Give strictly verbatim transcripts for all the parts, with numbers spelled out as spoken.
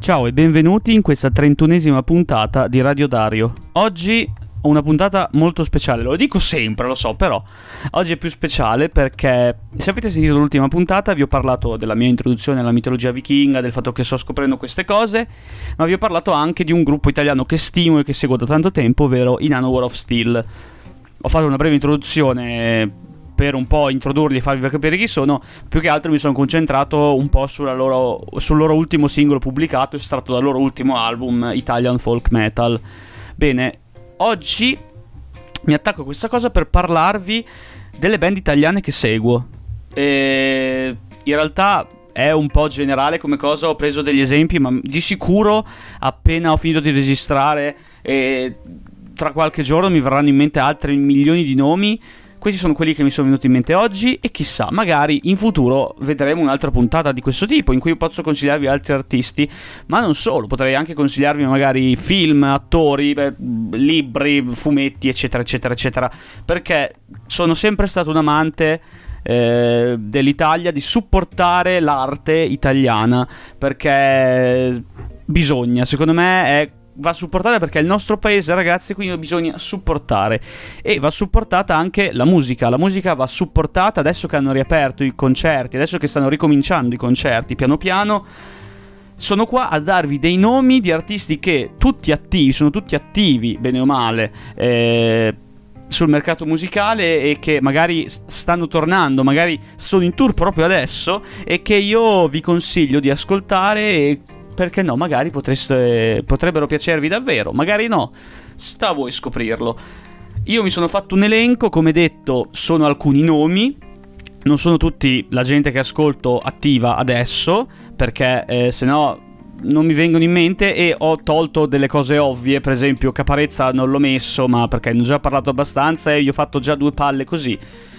Ciao e benvenuti in questa trentunesima puntata di Radio Dario. Oggi ho una puntata molto speciale, lo dico sempre, lo so, però oggi è più speciale perché se avete sentito l'ultima puntata vi ho parlato della mia introduzione alla mitologia vichinga, del fatto che sto scoprendo queste cose, ma vi ho parlato anche di un gruppo italiano che stimo e che seguo da tanto tempo, ovvero i Nanowar of Steel. Ho fatto una breve introduzione per un po' introdurli e farvi capire chi sono. Più che altro mi sono concentrato un po' sulla loro, sul loro ultimo singolo pubblicato, estratto dal loro ultimo album Italian Folk Metal. Bene, oggi mi attacco a questa cosa per parlarvi delle band italiane che seguo. E in realtà è un po' generale come cosa, ho preso degli esempi, ma di sicuro appena ho finito di registrare e tra qualche giorno mi verranno in mente altri milioni di nomi. Questi sono quelli che mi sono venuti in mente oggi e chissà, magari in futuro vedremo un'altra puntata di questo tipo in cui posso consigliarvi altri artisti, ma non solo, potrei anche consigliarvi magari film, attori, beh, libri, fumetti, eccetera, eccetera, eccetera, perché sono sempre stato un amante eh, dell'Italia, di supportare l'arte italiana, perché bisogna, secondo me è... va supportata perché è il nostro paese, ragazzi, quindi bisogna supportare. E va supportata anche la musica. La musica va supportata adesso che hanno riaperto i concerti, adesso che stanno ricominciando i concerti piano piano. Sono qua a darvi dei nomi di artisti che tutti attivi, sono tutti attivi, bene o male, eh, sul mercato musicale e che magari stanno tornando, magari sono in tour proprio adesso e che io vi consiglio di ascoltare e perché no, magari potreste, potrebbero piacervi davvero, magari no, sta a voi scoprirlo. Io mi sono fatto un elenco, come detto, sono alcuni nomi, non sono tutti la gente che ascolto attiva adesso, perché eh, se no non mi vengono in mente e ho tolto delle cose ovvie, per esempio Caparezza non l'ho messo, ma perché ne ho già parlato abbastanza e io ho fatto già due palle così.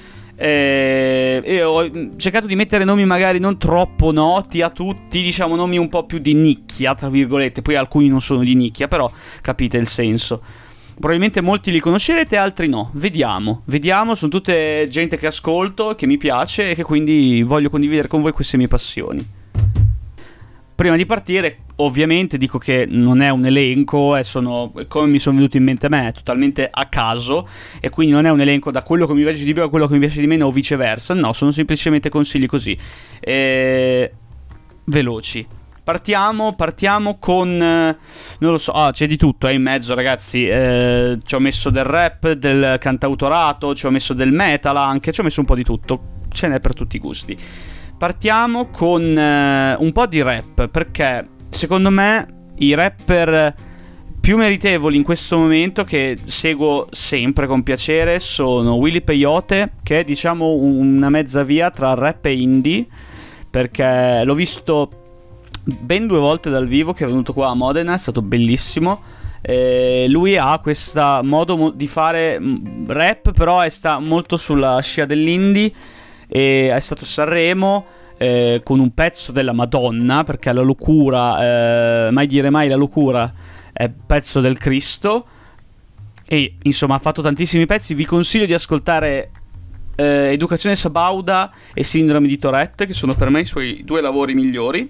E, e ho cercato di mettere nomi magari non troppo noti a tutti, diciamo nomi un po' più di nicchia, tra virgolette, poi alcuni non sono di nicchia, però capite il senso. Probabilmente molti li conoscerete, altri no. Vediamo, vediamo, sono tutte gente che ascolto, che mi piace e che quindi voglio condividere con voi queste mie passioni. Prima di partire, ovviamente dico che non è un elenco, e sono come mi sono venuti in mente a me, totalmente a caso, e quindi non è un elenco da quello che mi piace di più a quello che mi piace di meno o viceversa, no, sono semplicemente consigli così, e... veloci. Partiamo, partiamo con, non lo so, ah, c'è di tutto, è in mezzo ragazzi, eh, ci ho messo del rap, del cantautorato, ci ho messo del metal anche, ci ho messo un po' di tutto, ce n'è per tutti i gusti. Partiamo con uh, un po' di rap, perché secondo me i rapper più meritevoli in questo momento, che seguo sempre con piacere, sono Willy Peyote, che è diciamo una mezza via tra rap e indie, perché l'ho visto ben due volte dal vivo, che è venuto qua a Modena, è stato bellissimo. Eh, lui ha questo modo di fare rap, però è sta molto sulla scia dell'indie. E è stato a Sanremo eh, con un pezzo della Madonna, perché la locura, eh, mai dire mai, la locura è pezzo del Cristo. E insomma ha fatto tantissimi pezzi. Vi consiglio di ascoltare eh, Educazione Sabauda e Sindrome di Tourette, che sono per me i suoi due lavori migliori.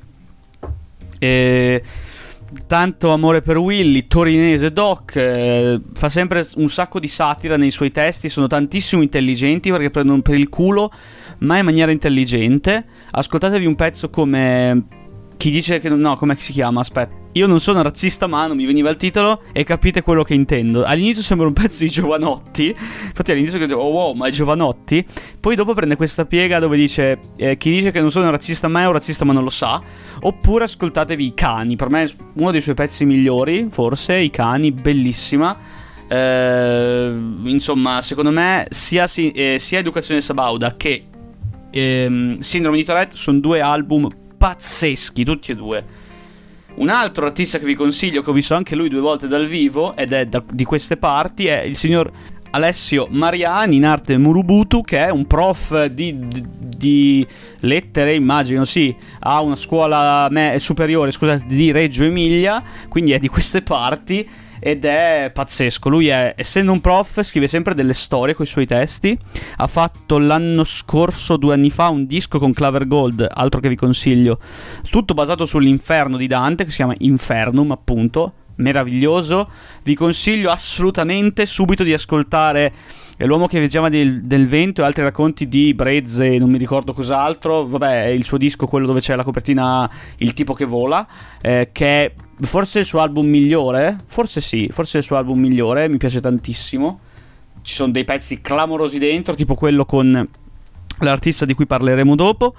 E tanto amore per Willy, torinese doc, eh, fa sempre un sacco di satira nei suoi testi, sono tantissimo intelligenti perché prendono per il culo, ma in maniera intelligente. Ascoltatevi un pezzo come Chi dice che... no, come si chiama? Aspetta. Io non sono razzista, ma non mi veniva il titolo e capite quello che intendo. All'inizio sembra un pezzo di Giovanotti. Infatti all'inizio dicevo, oh wow, ma è Giovanotti? Poi dopo prende questa piega dove dice eh, chi dice che non sono razzista ma è un razzista ma non lo sa. Oppure ascoltatevi I Cani. Per me è uno dei suoi pezzi migliori, forse. I Cani, bellissima. eh, Insomma, secondo me sia, eh, sia Educazione Sabauda che eh, Sindrome di Tourette sono due album pazzeschi, tutti e due. Un altro artista che vi consiglio, che ho visto anche lui due volte dal vivo, ed è da, di queste parti, è il signor Alessio Mariani, in arte Murubutu, che è un prof di, di, di lettere, immagino, sì, a una scuola me- superiore, scusate, di Reggio Emilia, quindi è di queste parti. ed è pazzesco. Lui è, essendo un prof, scrive sempre delle storie con i suoi testi. Ha fatto l'anno scorso, due anni fa, un disco con Claver Gold, altro che vi consiglio, tutto basato sull'inferno di Dante, che si chiama Infernum, appunto. Meraviglioso, vi consiglio assolutamente subito di ascoltare L'uomo che viaggiava del, del vento e altri racconti di Brezze, non mi ricordo cos'altro. Vabbè, è il suo disco, quello dove c'è la copertina Il tipo che vola, eh, che è forse il suo album migliore, forse sì, forse è il suo album migliore, mi piace tantissimo. Ci sono dei pezzi clamorosi dentro, tipo quello con l'artista di cui parleremo dopo.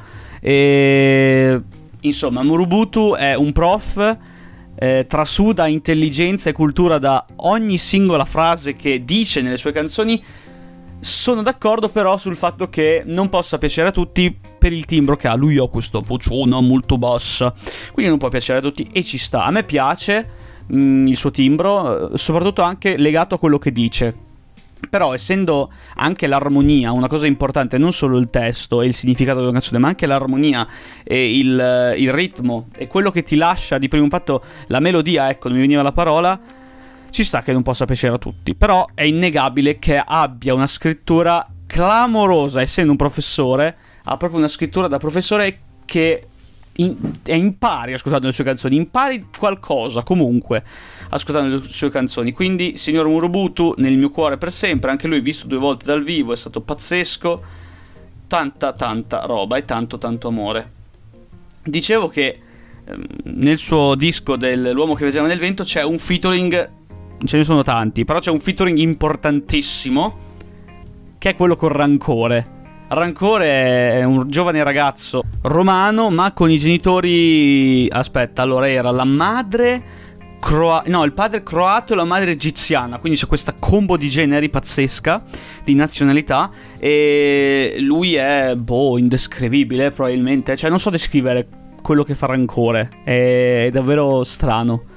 E insomma, Murubutu è un prof, eh, trasuda intelligenza e cultura da ogni singola frase che dice nelle sue canzoni. Sono d'accordo però sul fatto che non possa piacere a tutti per il timbro che ha. Lui ha questa vociona molto bassa, quindi non può piacere a tutti, e ci sta. A me piace mh, il suo timbro, soprattutto anche legato a quello che dice. Però essendo anche l'armonia una cosa importante, non solo il testo e il significato della canzone, ma anche l'armonia e il, il ritmo e quello che ti lascia di primo impatto la melodia, ecco, non mi veniva la parola, ci sta che non possa piacere a tutti. Però è innegabile che abbia una scrittura clamorosa, essendo un professore, ha proprio una scrittura da professore che in, impari ascoltando le sue canzoni, impari qualcosa comunque ascoltando le sue canzoni. Quindi signor Murubutu nel mio cuore per sempre, anche lui visto due volte dal vivo, è stato pazzesco, tanta tanta roba e tanto tanto amore. Dicevo che ehm, nel suo disco dell'uomo che viaggiava nel vento c'è un featuring, ce ne sono tanti, però c'è un featuring importantissimo che è quello con Rancore. Rancore è un giovane ragazzo romano, ma con i genitori, aspetta, allora era la madre croa... no, il padre croato e la madre egiziana, quindi c'è questa combo di generi pazzesca, di nazionalità, e lui è, boh, indescrivibile probabilmente, cioè non so descrivere quello che fa Rancore, è davvero strano.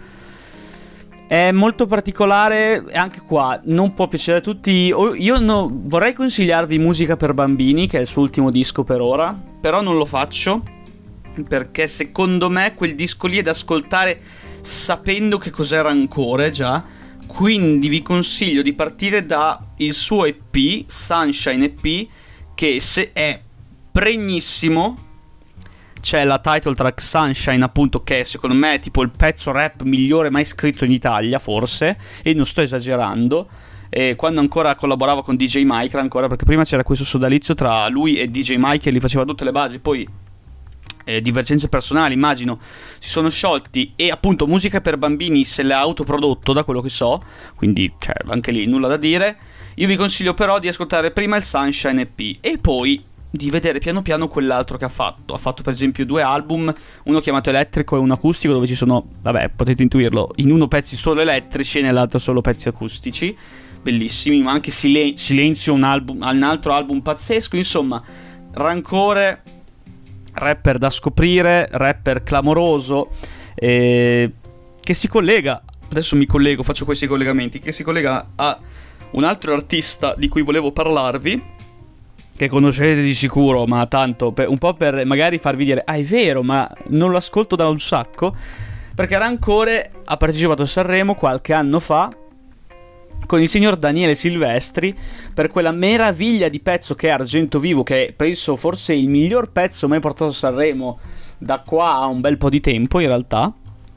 È molto particolare, anche qua non può piacere a tutti. Io no, vorrei consigliarvi Musica per bambini, che è il suo ultimo disco per ora, però non lo faccio perché secondo me quel disco lì è da ascoltare sapendo che cos'è Rancore già. Quindi vi consiglio di partire da il suo E P, Sunshine E P, che se è pregnissimo. C'è la title track Sunshine, appunto, che secondo me è tipo il pezzo rap migliore mai scritto in Italia, forse, e non sto esagerando. E quando ancora collaborava con D J Mike, ancora, perché prima c'era questo sodalizio tra lui e D J Mike e gli faceva tutte le basi, poi eh, divergenze personali, immagino, si sono sciolti, e appunto Musica per bambini se l'ha autoprodotto, da quello che so, quindi cioè, anche lì nulla da dire. Io vi consiglio però di ascoltare prima il Sunshine E P e poi di vedere piano piano quell'altro che ha fatto. Ha fatto per esempio due album, uno chiamato Elettrico e un acustico, dove ci sono, vabbè, potete intuirlo, in uno pezzi solo elettrici e nell'altro solo pezzi acustici, bellissimi, ma anche Silen- Silenzio, un, album, un altro album pazzesco. Insomma, Rancore, rapper da scoprire, rapper clamoroso, eh, che si collega, adesso mi collego, faccio questi collegamenti, che si collega a un altro artista di cui volevo parlarvi, che conoscete di sicuro, ma tanto per, un po' per magari farvi dire ah, è vero, ma non lo ascolto da un sacco, perché Rancore ha partecipato a Sanremo qualche anno fa con il signor Daniele Silvestri per quella meraviglia di pezzo che è Argento Vivo, che penso forse il miglior pezzo mai portato a Sanremo da qua a un bel po' di tempo in realtà.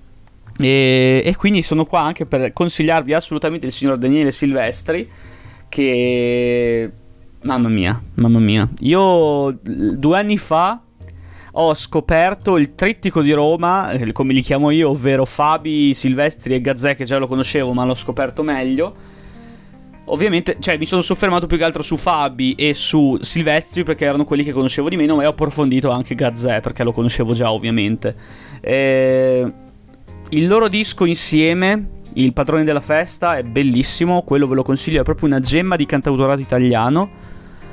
E, e quindi sono qua anche per consigliarvi assolutamente il signor Daniele Silvestri, che mamma mia, mamma mia. Io due anni fa ho scoperto il trittico di Roma, come li chiamo io, ovvero Fabi, Silvestri e Gazzè, che già lo conoscevo ma l'ho scoperto meglio. Ovviamente, cioè mi sono soffermato più che altro su Fabi e su Silvestri perché erano quelli che conoscevo di meno, ma ho approfondito anche Gazzè perché lo conoscevo già, ovviamente. E il loro disco insieme, Il padrone della festa, è bellissimo, quello ve lo consiglio, è proprio una gemma di cantautorato italiano.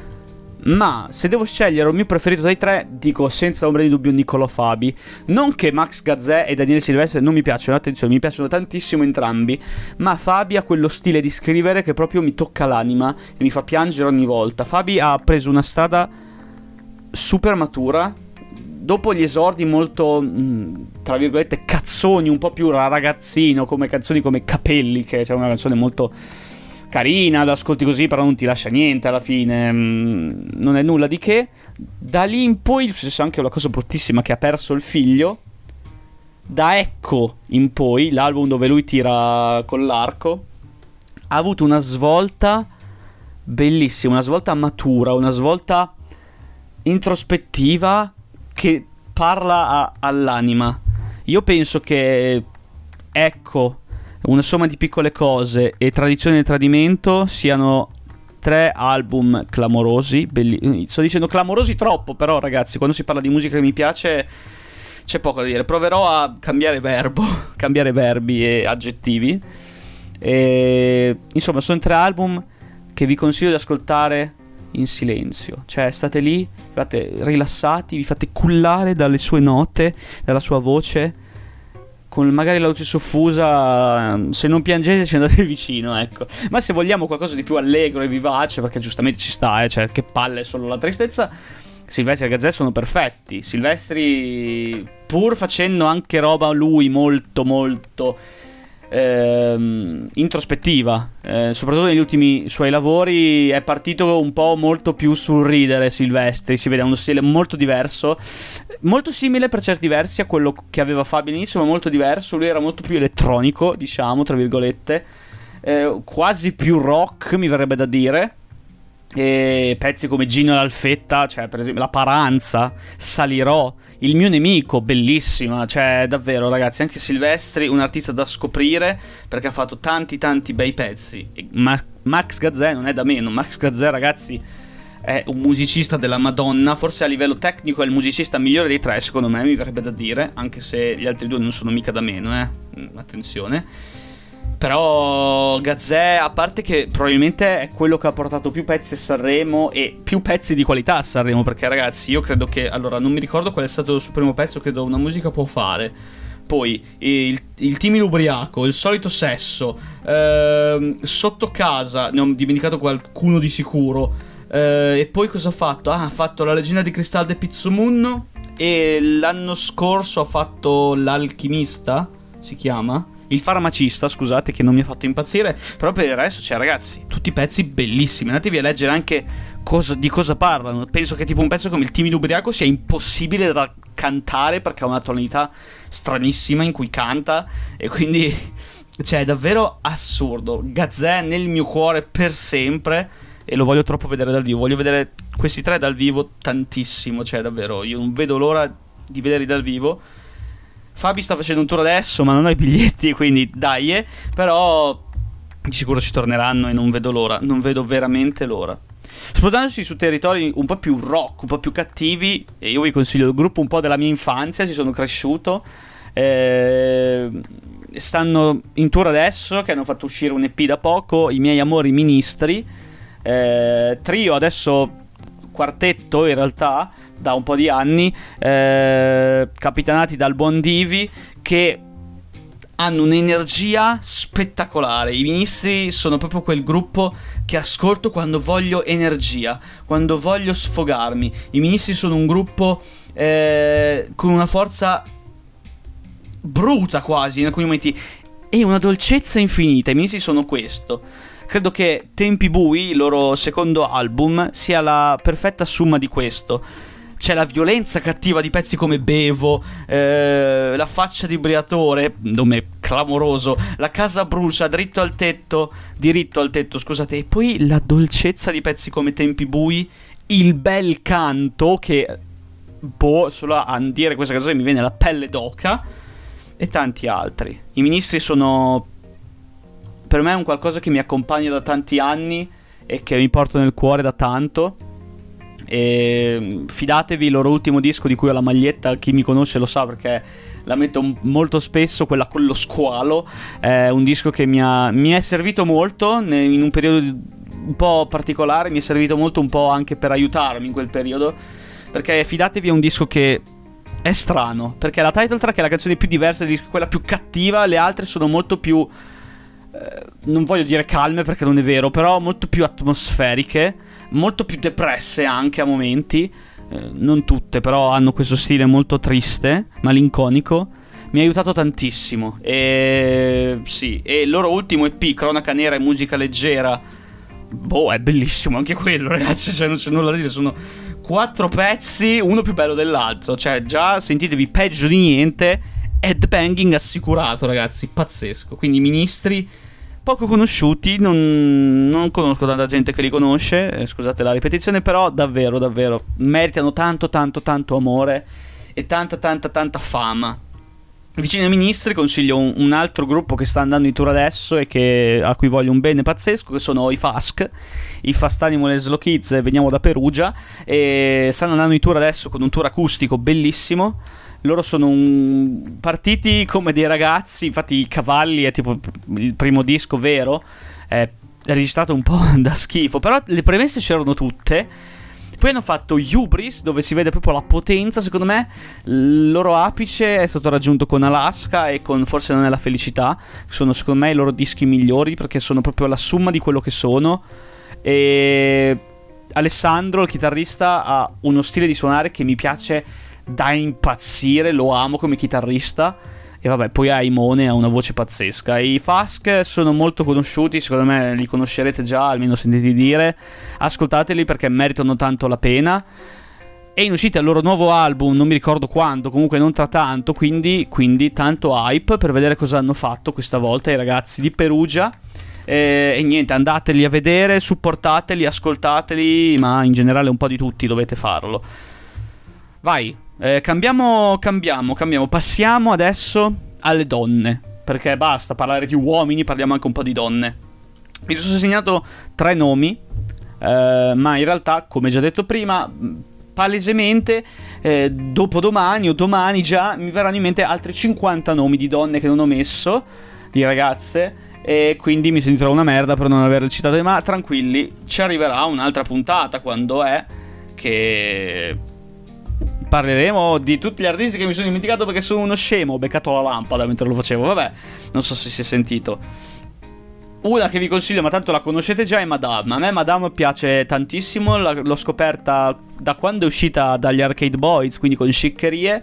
Ma se devo scegliere il mio preferito dai tre, dico senza ombra di dubbio Niccolò Fabi. Non che Max Gazzè e Daniele Silvestri non mi piacciono, attenzione, mi piacciono tantissimo entrambi, ma Fabi ha quello stile di scrivere che proprio mi tocca l'anima e mi fa piangere ogni volta. Fabi ha preso una strada super matura, dopo gli esordi molto, mh, tra virgolette, cazzoni, un po' più ragazzino, come canzoni come Capelli, che è una canzone molto carina, da ascolti così, però non ti lascia niente alla fine, mh, non è nulla di che. Da lì in poi è successo anche una cosa bruttissima, che ha perso il figlio. Da Ecco in poi, l'album dove lui tira con l'arco, ha avuto una svolta bellissima, una svolta matura, una svolta introspettiva che parla a, all'anima. Io penso che Ecco, Una somma di piccole cose e Tradizione del tradimento siano tre album clamorosi, belli... sto dicendo clamorosi troppo, però ragazzi, quando si parla di musica che mi piace c'è poco da dire. Proverò a cambiare verbo, cambiare verbi e aggettivi. E insomma, sono tre album che vi consiglio di ascoltare in silenzio. Cioè, state lì, vi fate rilassati, vi fate cullare dalle sue note, dalla sua voce, con magari la luce soffusa. Se non piangete ci andate vicino, ecco. Ma se vogliamo qualcosa di più allegro e vivace, perché giustamente ci sta, eh, cioè che palle solo la tristezza, Silvestri e Gazzè sono perfetti. Silvestri, pur facendo anche roba lui molto molto ehm, introspettiva, eh, soprattutto negli ultimi suoi lavori, è partito un po' molto più sul ridere. Silvestri si vede uno stile molto diverso, molto simile per certi versi a quello che aveva Fabio all'inizio, ma molto diverso. Lui era molto più elettronico, diciamo, tra virgolette, eh, quasi più rock, mi verrebbe da dire. E pezzi come Gino l'Alfetta, cioè per esempio La Paranza, Salirò, Il mio nemico, bellissima. Cioè davvero ragazzi, anche Silvestri un artista da scoprire, perché ha fatto tanti tanti bei pezzi. E Ma- Max Gazzè non è da meno. Max Gazzè ragazzi è un musicista della Madonna, forse a livello tecnico è il musicista migliore dei tre, secondo me, mi verrebbe da dire, anche se gli altri due non sono mica da meno, eh, attenzione. Però Gazzè, a parte che probabilmente è quello che ha portato più pezzi a Sanremo e più pezzi di qualità a Sanremo, perché ragazzi io credo che, allora non mi ricordo qual è stato il suo primo pezzo, credo Una musica può fare, poi il, il timido ubriaco, Il solito sesso, ehm, Sotto casa, ne ho dimenticato qualcuno di sicuro, eh, e poi cosa ha fatto? Ah, ha fatto La leggenda di Cristaldo e Pizzomunno, e l'anno scorso ha fatto L'alchimista, si chiama? Il farmacista, scusate, che non mi ha fatto impazzire. Però per il resto, cioè ragazzi, tutti pezzi bellissimi. Andatevi a leggere anche cosa, di cosa parlano. Penso che tipo un pezzo come Il timido ubriaco sia impossibile da cantare, perché ha una tonalità stranissima in cui canta. E quindi, cioè è davvero assurdo. Gazzè nel mio cuore per sempre, e lo voglio troppo vedere dal vivo. Voglio vedere questi tre dal vivo tantissimo. Cioè davvero, io non vedo l'ora di vederli dal vivo. Fabi sta facendo un tour adesso, ma non ho i biglietti, quindi dai, eh. Però di sicuro ci torneranno e non vedo l'ora, non vedo veramente l'ora. Spostandosi su territori un po' più rock, un po' più cattivi, e io vi consiglio il gruppo un po' della mia infanzia, ci sono cresciuto, eh, stanno in tour adesso, che hanno fatto uscire un E P da poco, I miei amori ministri, eh, trio adesso, quartetto in realtà, da un po' di anni, eh, capitanati dal buon Divi, che hanno un'energia spettacolare. I Ministri sono proprio quel gruppo che ascolto quando voglio energia, quando voglio sfogarmi. I Ministri sono un gruppo eh, con una forza bruta quasi in alcuni momenti e una dolcezza infinita. I Ministri sono questo. Credo che Tempi Bui, il loro secondo album, sia la perfetta summa di questo. C'è la violenza cattiva di pezzi come Bevo, eh, La faccia di Briatore, nome clamoroso, La casa brucia, Dritto al tetto, Diritto al tetto, scusate, e poi la dolcezza di pezzi come Tempi Bui, Il bel canto, che boh, solo a dire questa canzone mi viene la pelle d'oca, e tanti altri. I Ministri sono per me un qualcosa che mi accompagna da tanti anni e che mi porto nel cuore da tanto. E fidatevi, il loro ultimo disco, di cui ho la maglietta, chi mi conosce lo sa perché la metto molto spesso, quella con lo squalo, è un disco che mi, ha, mi è servito molto in un periodo un po' particolare, mi è servito molto un po' anche per aiutarmi in quel periodo, perché fidatevi, è un disco che è strano, perché la title track è la canzone più diversa del disco, quella più cattiva, le altre sono molto più eh, non voglio dire calme perché non è vero, però molto più atmosferiche, molto più depresse anche a momenti, eh, non tutte, però hanno questo stile molto triste, malinconico. Mi ha aiutato tantissimo. E sì, e il loro ultimo E P, Cronaca Nera e Musica Leggera, boh, è bellissimo anche quello, ragazzi, cioè non c'è nulla da dire, sono quattro pezzi, uno più bello dell'altro, cioè già sentitevi peggio di niente, headbanging assicurato, ragazzi, pazzesco. Quindi i Ministri, poco conosciuti, non, non conosco tanta gente che li conosce, eh, scusate la ripetizione, però davvero, davvero, meritano tanto, tanto, tanto amore e tanta, tanta, tanta fama. Vicino ai Ministri consiglio un, un altro gruppo che sta andando in tour adesso e che, a cui voglio un bene pazzesco, che sono i Fask, i Fast Animal e Slow Kids. Veniamo da Perugia e stanno andando in tour adesso con un tour acustico bellissimo. Loro sono un... partiti come dei ragazzi, infatti I Cavalli è tipo il primo disco vero, è registrato un po' da schifo, però le premesse c'erano tutte. Poi hanno fatto Hubris, dove si vede proprio la potenza. Secondo me il loro apice è stato raggiunto con Alaska e con Forse non è la felicità, che sono secondo me i loro dischi migliori, perché sono proprio la somma di quello che sono. E Alessandro, il chitarrista, ha uno stile di suonare che mi piace da impazzire, lo amo come chitarrista. E vabbè, poi Aimone ha una voce pazzesca. I Fask sono molto conosciuti, secondo me li conoscerete già, almeno sentiti dire. Ascoltateli perché meritano tanto la pena. È in uscita il loro nuovo album, non mi ricordo quando, comunque non tra tanto, quindi, quindi tanto hype per vedere cosa hanno fatto questa volta i ragazzi di Perugia. E, e niente, andateli a vedere, supportateli, ascoltateli, ma in generale un po' di tutti dovete farlo. Vai. Eh, cambiamo, cambiamo, cambiamo. Passiamo adesso alle donne, perché basta parlare di uomini, parliamo anche un po' di donne. Mi sono segnato tre nomi, eh, ma in realtà, come già detto prima, palesemente eh, dopodomani o domani già mi verranno in mente altri cinquanta nomi di donne che non ho messo, di ragazze, e quindi mi sentirò una merda per non averle citate. Ma tranquilli, ci arriverà un'altra puntata, quando è che parleremo di tutti gli artisti che mi sono dimenticato perché sono uno scemo. Ho beccato la lampada mentre lo facevo. Vabbè, non so se si è sentito. Una che vi consiglio, ma tanto la conoscete già, è Madame. A me Madame piace tantissimo. L'ho scoperta da quando è uscita dagli Arcade Boys, quindi con Sciccherie,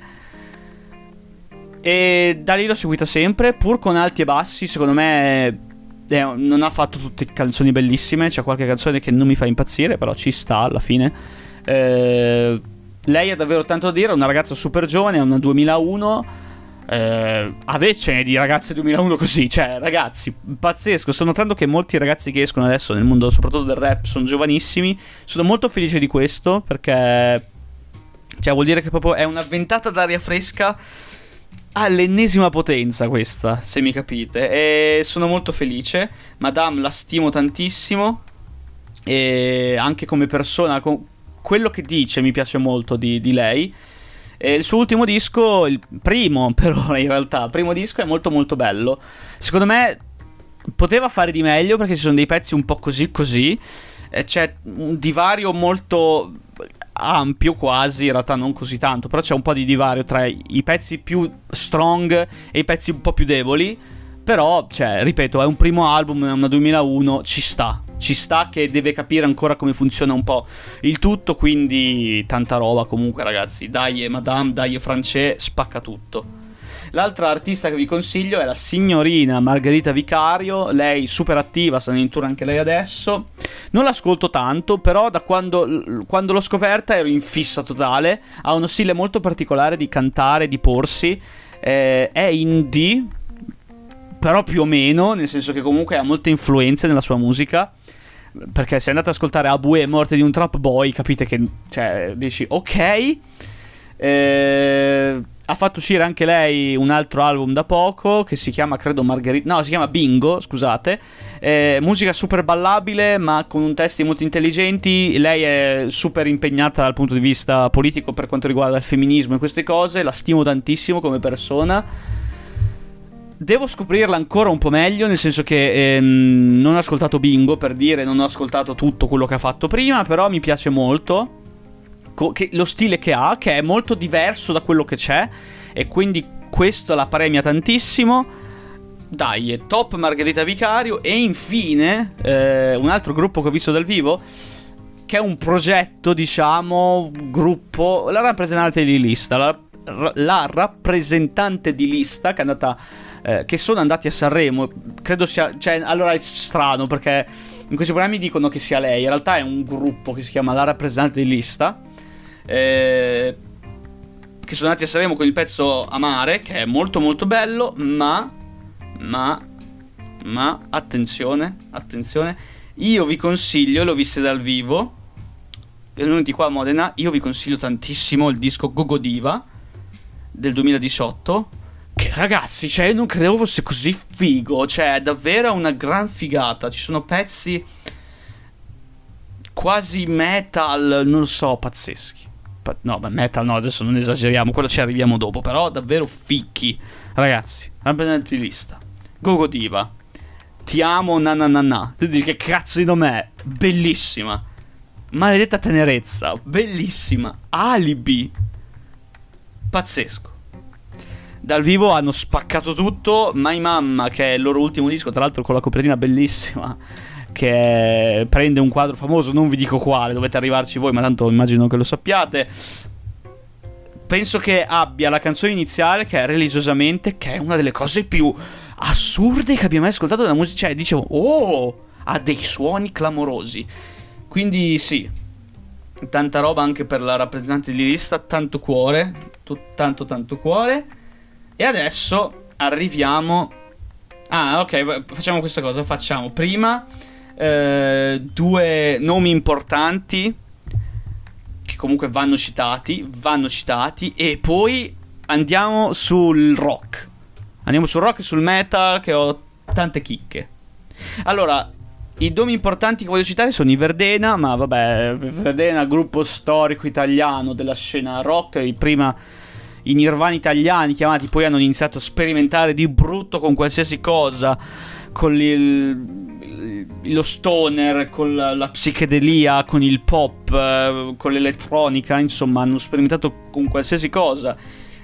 e da lì l'ho seguita sempre, pur con alti e bassi. Secondo me eh, non ha fatto tutte canzoni bellissime. C'è qualche canzone che non mi fa impazzire, però ci sta alla fine. Eh... Lei ha davvero tanto da dire, è una ragazza super giovane, è una duemilauno, eh, avecene di ragazze duemilauno così, cioè ragazzi, pazzesco. Sto notando che molti ragazzi che escono adesso nel mondo soprattutto del rap sono giovanissimi, sono molto felice di questo, perché cioè vuol dire che proprio è una ventata d'aria fresca all'ennesima potenza questa, se mi capite, e sono molto felice. Madame la stimo tantissimo, e anche come persona, com- quello che dice mi piace molto di, di lei. E il suo ultimo disco, il primo però in realtà, il primo disco è molto molto bello. Secondo me poteva fare di meglio, perché ci sono dei pezzi un po' così così, e c'è un divario molto ampio quasi, in realtà non così tanto, però c'è un po' di divario tra i pezzi più strong e i pezzi un po' più deboli. Però, cioè, ripeto, è un primo album, è una duemilauno, ci sta. Ci sta che deve capire ancora come funziona un po' il tutto, quindi tanta roba comunque, ragazzi. Dai Madame, dai Francè, spacca tutto. L'altra artista che vi consiglio è la signorina Margherita Vicario. Lei super attiva, sta in tour anche lei adesso. Non l'ascolto tanto, però da quando, quando l'ho scoperta ero in fissa totale. Ha uno stile molto particolare di cantare, di porsi. eh, È indie, però più o meno, nel senso che comunque ha molte influenze nella sua musica, perché se andate ad ascoltare Abue, Morte di un Trap Boy, capite che, cioè, dici ok. eh, Ha fatto uscire anche lei un altro album da poco, che si chiama, credo, Margherita, no, si chiama Bingo, scusate. eh, Musica super ballabile, ma con testi molto intelligenti. Lei è super impegnata dal punto di vista politico per quanto riguarda il femminismo e queste cose. La stimo tantissimo come persona. Devo scoprirla ancora un po' meglio, nel senso che ehm, non ho ascoltato Bingo, per dire, non ho ascoltato tutto quello che ha fatto prima, però mi piace molto co- che, lo stile che ha, che è molto diverso da quello che c'è, e quindi questo la premia tantissimo. Dai, è top Margherita Vicario. E infine eh, un altro gruppo che ho visto dal vivo, che è un progetto, diciamo, gruppo, la rappresentante di lista, la, la rappresentante di lista che è andata, eh, che sono andati a Sanremo, credo sia, cioè, allora è strano perché in questi programmi dicono che sia lei, in realtà è un gruppo che si chiama la rappresentante di lista, eh, che sono andati a Sanremo con il pezzo Amare, che è molto molto bello, ma, ma, ma, attenzione, attenzione, io vi consiglio, l'ho viste dal vivo, venuti qua a Modena, io vi consiglio tantissimo il disco Gogo Diva del duemiladiciotto, che ragazzi, cioè, non credevo fosse così figo, cioè, è davvero una gran figata, ci sono pezzi quasi metal, non so, pazzeschi. No, ma metal no, adesso non esageriamo, quello ci arriviamo dopo, però davvero ficchi. Ragazzi, rappresentanti di lista, Gogo Diva, Ti amo na na na na. Tu dici che cazzo di nome è? Bellissima. Maledetta tenerezza, bellissima. Alibi, pazzesco. Dal vivo hanno spaccato tutto. My Mamma, che è il loro ultimo disco, tra l'altro con la copertina bellissima, che prende un quadro famoso, non vi dico quale, dovete arrivarci voi, ma tanto immagino che lo sappiate. Penso che abbia la canzone iniziale, che è Religiosamente, che è una delle cose più assurde che abbia mai ascoltato della musica. Cioè, dicevo, oh, ha dei suoni clamorosi. Quindi sì, tanta roba anche per la rappresentante di lista, tanto cuore, t- tanto tanto cuore. E adesso arriviamo... Ah, ok, facciamo questa cosa, facciamo prima eh, due nomi importanti che comunque vanno citati, vanno citati, e poi andiamo sul rock. Andiamo sul rock e sul metal, che ho tante chicche. Allora, i nomi importanti che voglio citare sono i Verdena, ma vabbè, Verdena, gruppo storico italiano della scena rock, i prima i Nirvana italiani chiamati, poi hanno iniziato a sperimentare di brutto con qualsiasi cosa, con il, lo stoner, con la, la psichedelia, con il pop, eh, con l'elettronica, insomma hanno sperimentato con qualsiasi cosa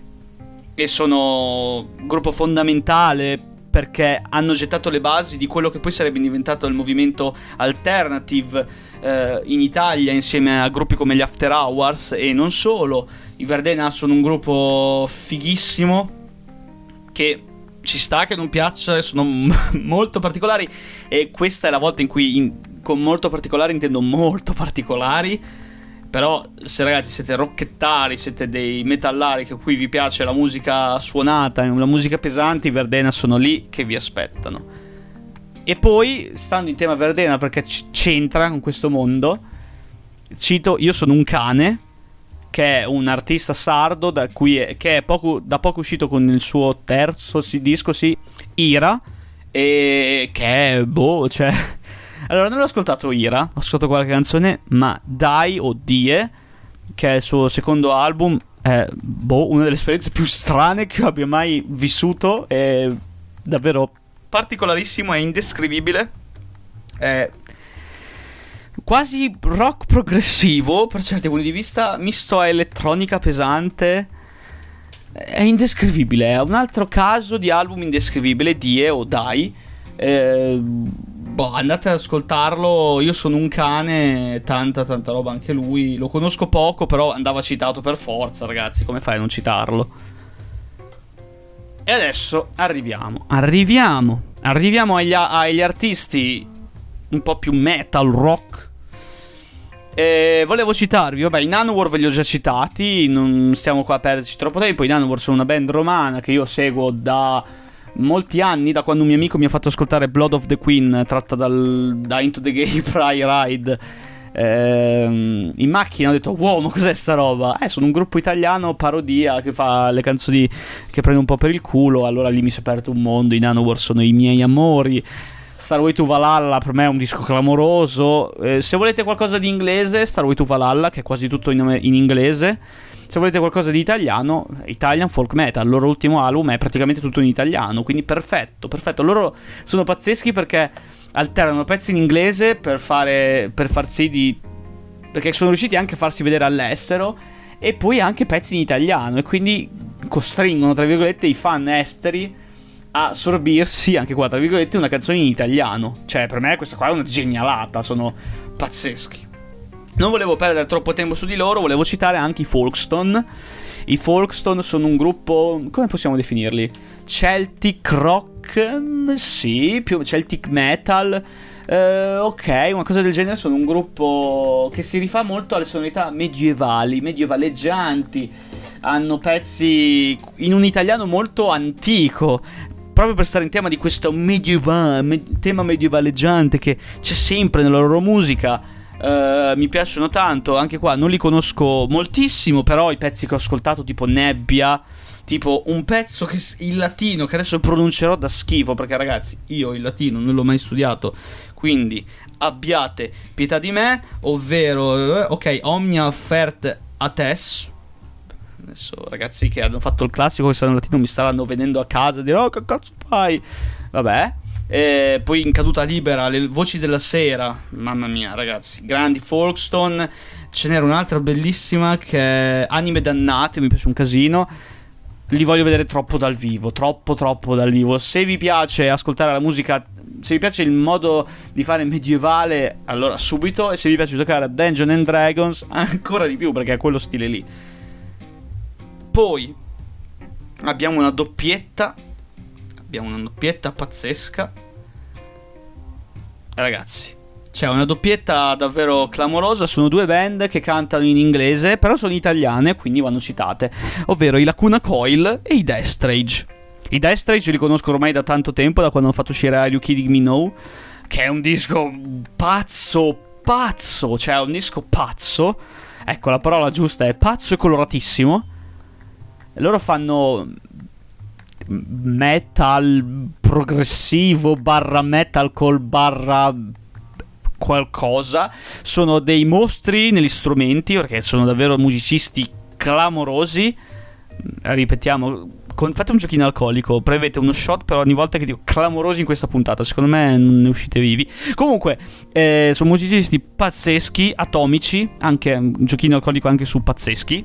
e sono un gruppo fondamentale perché hanno gettato le basi di quello che poi sarebbe diventato il movimento alternative eh, in Italia, insieme a gruppi come gli After Hours e non solo. I Verdena sono un gruppo fighissimo che ci sta che non piaccia, sono molto particolari, e questa è la volta in cui in, con molto particolari intendo molto particolari. Però se ragazzi siete rockettari, siete dei metallari che qui vi piace la musica suonata, la musica pesante, i Verdena sono lì che vi aspettano. E poi, stando in tema Verdena perché c- c'entra con questo mondo, cito Io sono un cane, che è un artista sardo da cui è, che è poco, da poco uscito con il suo terzo sì, disco, sì, Ira, e che è, boh, cioè... Allora, non l'ho ascoltato Ira, ho ascoltato qualche canzone, ma Dai o Die, che è il suo secondo album, è, boh, una delle esperienze più strane che io abbia mai vissuto, è davvero particolarissimo, è indescrivibile, è quasi rock progressivo per certi punti di vista, misto a elettronica pesante, è indescrivibile, è un altro caso di album indescrivibile, Die o Dai. eh, boh, andate ad ascoltarlo. Io sono un cane, tanta tanta roba anche lui, lo conosco poco però andava citato per forza, ragazzi, come fai a non citarlo? E adesso arriviamo arriviamo arriviamo agli, agli artisti un po' più metal rock. E volevo citarvi, vabbè, i Nanowar ve li ho già citati, non stiamo qua a perderci troppo tempo. I Nanowar sono una band romana che io seguo da molti anni, da quando un mio amico mi ha fatto ascoltare Blood of the Queen, tratta dal, da Into the Gay Pride Ride, ehm, in macchina. Ho detto wow, ma cos'è sta roba? Eh, sono un gruppo italiano parodia che fa le canzoni che prende un po' per il culo. Allora lì mi si è aperto un mondo. I Nanowar sono i miei amori. Starway to Valhalla per me è un disco clamoroso. eh, Se volete qualcosa di inglese, Starway to Valhalla, che è quasi tutto in, in inglese. Se volete qualcosa di italiano, Italian Folk Metal, il loro ultimo album è praticamente tutto in italiano, quindi perfetto, perfetto. Loro sono pazzeschi perché alternano pezzi in inglese per fare, per far sì di... perché sono riusciti anche a farsi vedere all'estero, e poi anche pezzi in italiano, e quindi costringono, tra virgolette, i fan esteri a sorbirsi, anche qua tra virgolette, una canzone in italiano. Cioè, per me questa qua è una genialata, sono pazzeschi. Non volevo perdere troppo tempo su di loro, volevo citare anche i Folkestone. I Folkestone sono un gruppo, come possiamo definirli? Celtic rock, sì, più Celtic metal, eh, ok, una cosa del genere. Sono un gruppo che si rifà molto alle sonorità medievali, medievaleggianti. Hanno pezzi in un italiano molto antico, proprio per stare in tema di questo medieva, me, tema medievaleggiante che c'è sempre nella loro musica. Uh, mi piacciono tanto. Anche qua non li conosco moltissimo, però i pezzi che ho ascoltato, tipo Nebbia, tipo un pezzo che il latino, che adesso pronuncerò da schifo, perché ragazzi, io il latino non l'ho mai studiato, quindi abbiate pietà di me, ovvero eh, ok, omnia offert a tes. Adesso ragazzi che hanno fatto il classico che sanno latino mi staranno venendo a casa e dire oh che cazzo fai, vabbè. E poi in caduta libera le voci della sera, mamma mia ragazzi, grandi Folkestone. Ce n'era un'altra bellissima che è Anime Dannate, mi piace un casino. Li voglio vedere troppo dal vivo, troppo troppo dal vivo. Se vi piace ascoltare la musica, se vi piace il modo di fare medievale, allora subito. E se vi piace giocare a Dungeons and Dragons, ancora di più, perché è quello stile lì. Poi abbiamo una doppietta Abbiamo una doppietta pazzesca, ragazzi. C'è una doppietta davvero clamorosa. Sono due band che cantano in inglese, però sono italiane, quindi vanno citate, ovvero i Lacuna Coil e i Death Rage. I Death Rage li conosco ormai da tanto tempo, da quando hanno fatto uscire Are You Kidding Me Now, che è un disco pazzo, pazzo, cioè un disco pazzo. Ecco, la parola giusta è pazzo e coloratissimo. Loro fanno metal progressivo barra metalcore barra qualcosa. Sono dei mostri negli strumenti, perché sono davvero musicisti clamorosi. Ripetiamo, con, fate un giochino alcolico, prevete uno shot per ogni volta che dico clamorosi in questa puntata, secondo me non ne uscite vivi. Comunque eh, sono musicisti pazzeschi, atomici, anche un giochino alcolico anche su pazzeschi.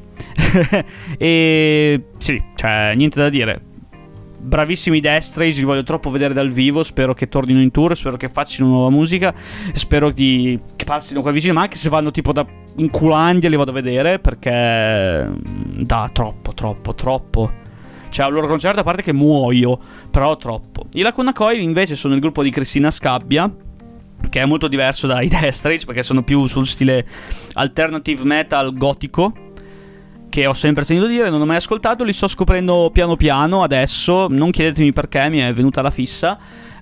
E sì, cioè niente da dire. Bravissimi Death Rage, li voglio troppo vedere dal vivo. Spero che tornino in tour, spero che facciano nuova musica, spero di, che passino qua vicino. Ma anche se vanno tipo da in Culandia li vado a vedere, perché da troppo, troppo, troppo. Cioè al loro concerto, a parte che muoio, però troppo. I Lacuna Coil invece sono il gruppo di Cristina Scabbia, che è molto diverso dai Death Rage, perché sono più sul stile alternative metal gotico, che ho sempre sentito dire, non ho mai ascoltato. Li sto scoprendo piano piano adesso, non chiedetemi perché, mi è venuta la fissa.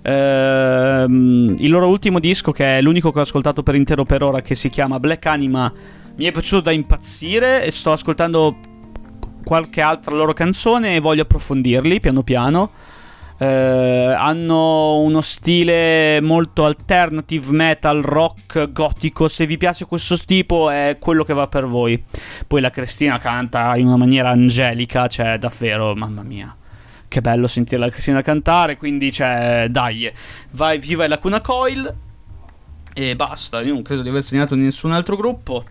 Ehm, il loro ultimo disco, che è l'unico che ho ascoltato per intero per ora, che si chiama Black Anima, mi è piaciuto da impazzire, e sto ascoltando qualche altra loro canzone e voglio approfondirli piano piano. Eh, hanno uno stile molto alternative metal, rock, gotico. Se vi piace questo tipo è quello che va per voi. Poi la Cristina canta in una maniera angelica, cioè davvero, mamma mia, che bello sentire la Cristina cantare. Quindi cioè dai, vai, viva il Lacuna Coil. E basta, io non credo di aver segnato nessun altro gruppo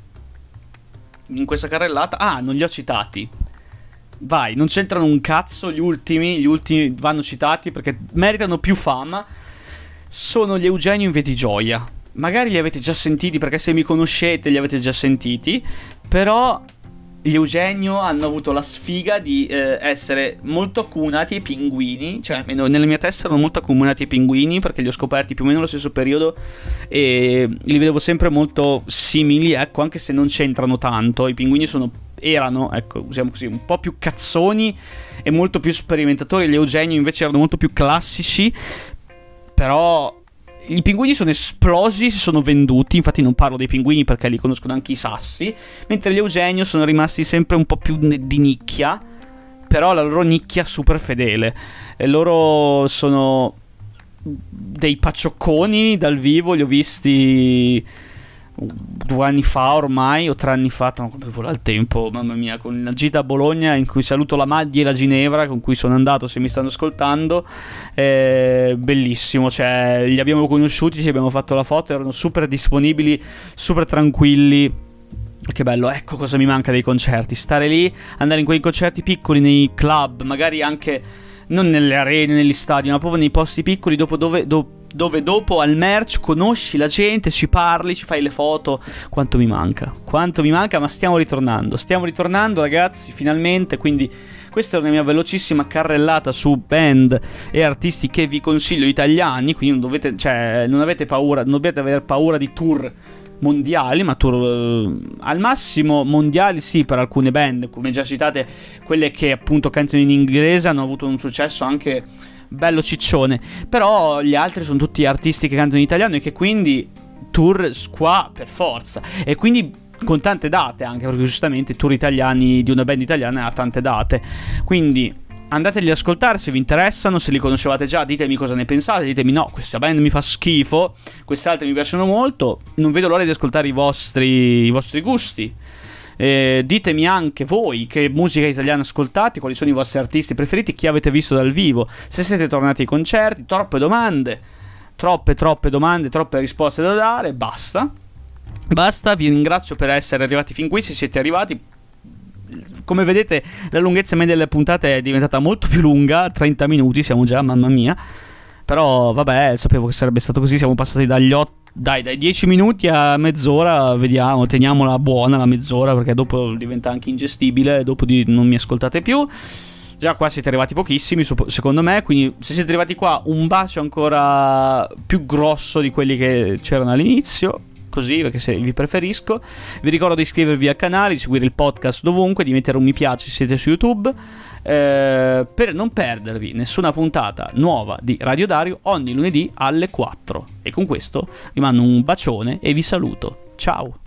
in questa carrellata. Ah, non li ho citati. Vai, non c'entrano un cazzo gli ultimi. Gli ultimi vanno citati perché meritano più fama. Sono gli Eugenio in Vetigioia. Magari li avete già sentiti, perché se mi conoscete li avete già sentiti. Però gli Eugenio hanno avuto la sfiga di eh, essere molto accomunati ai pinguini. Cioè, almeno nella mia testa erano molto accomunati ai pinguini, perché li ho scoperti più o meno allo stesso periodo e li vedevo sempre molto simili, ecco, anche se non c'entrano tanto. I pinguini sono erano, ecco, usiamo così, un po' più cazzoni e molto più sperimentatori. Gli Eugenio invece erano molto più classici. Però i pinguini sono esplosi, si sono venduti. Infatti non parlo dei pinguini perché li conoscono anche i sassi. Mentre gli Eugenio sono rimasti sempre un po' più di nicchia, però la loro nicchia super fedele. E loro sono dei pacciocconi dal vivo. Li ho visti due anni fa ormai, o tre anni fa, no, come vola il tempo, mamma mia, con la gita a Bologna, in cui saluto la Maglia e la Ginevra, con cui sono andato, se mi stanno ascoltando. Eh, bellissimo, cioè li abbiamo conosciuti, ci abbiamo fatto la foto, erano super disponibili, super tranquilli. Che bello, ecco cosa mi manca dei concerti, stare lì, andare in quei concerti piccoli, nei club, magari anche non nelle arene, negli stadi, ma proprio nei posti piccoli, dopo dove, do, dove dopo al merch conosci la gente, ci parli, ci fai le foto. Quanto mi manca, quanto mi manca, ma stiamo ritornando, stiamo ritornando ragazzi, finalmente. Quindi questa è una mia velocissima carrellata su band e artisti che vi consiglio, italiani, quindi non dovete, cioè, non avete paura, non dovete avere paura di tour mondiali, ma tour eh, al massimo mondiali sì, per alcune band, come già citate, quelle che appunto cantano in inglese hanno avuto un successo anche bello ciccione, però gli altri sono tutti artisti che cantano in italiano e che quindi tour qua per forza, e quindi con tante date anche, perché giustamente i tour italiani di una band italiana ha tante date, quindi andateli ad ascoltare se vi interessano, se li conoscevate già ditemi cosa ne pensate, ditemi no, questa band mi fa schifo, queste altre mi piacciono molto, non vedo l'ora di ascoltare i vostri, i vostri gusti. Eh, ditemi anche voi che musica italiana ascoltate, quali sono i vostri artisti preferiti, chi avete visto dal vivo, se siete tornati ai concerti. Troppe domande, troppe troppe domande, troppe risposte da dare, basta. Basta, vi ringrazio per essere arrivati fin qui, se siete arrivati. Come vedete la lunghezza media delle puntate è diventata molto più lunga, trenta minuti siamo già, mamma mia. Però vabbè, sapevo che sarebbe stato così, siamo passati dagli otto Dai, dai dieci minuti a mezz'ora, vediamo, teniamola buona la mezz'ora, perché dopo diventa anche ingestibile, dopo di non mi ascoltate più. Già qua siete arrivati pochissimi, secondo me, quindi se siete arrivati qua un bacio ancora più grosso di quelli che c'erano all'inizio, così, perché se vi preferisco. Vi ricordo di iscrivervi al canale, di seguire il podcast dovunque, di mettere un mi piace se siete su YouTube, eh, per non perdervi nessuna puntata nuova di Radio Dario ogni lunedì alle quattro. E con questo vi mando un bacione e vi saluto. Ciao!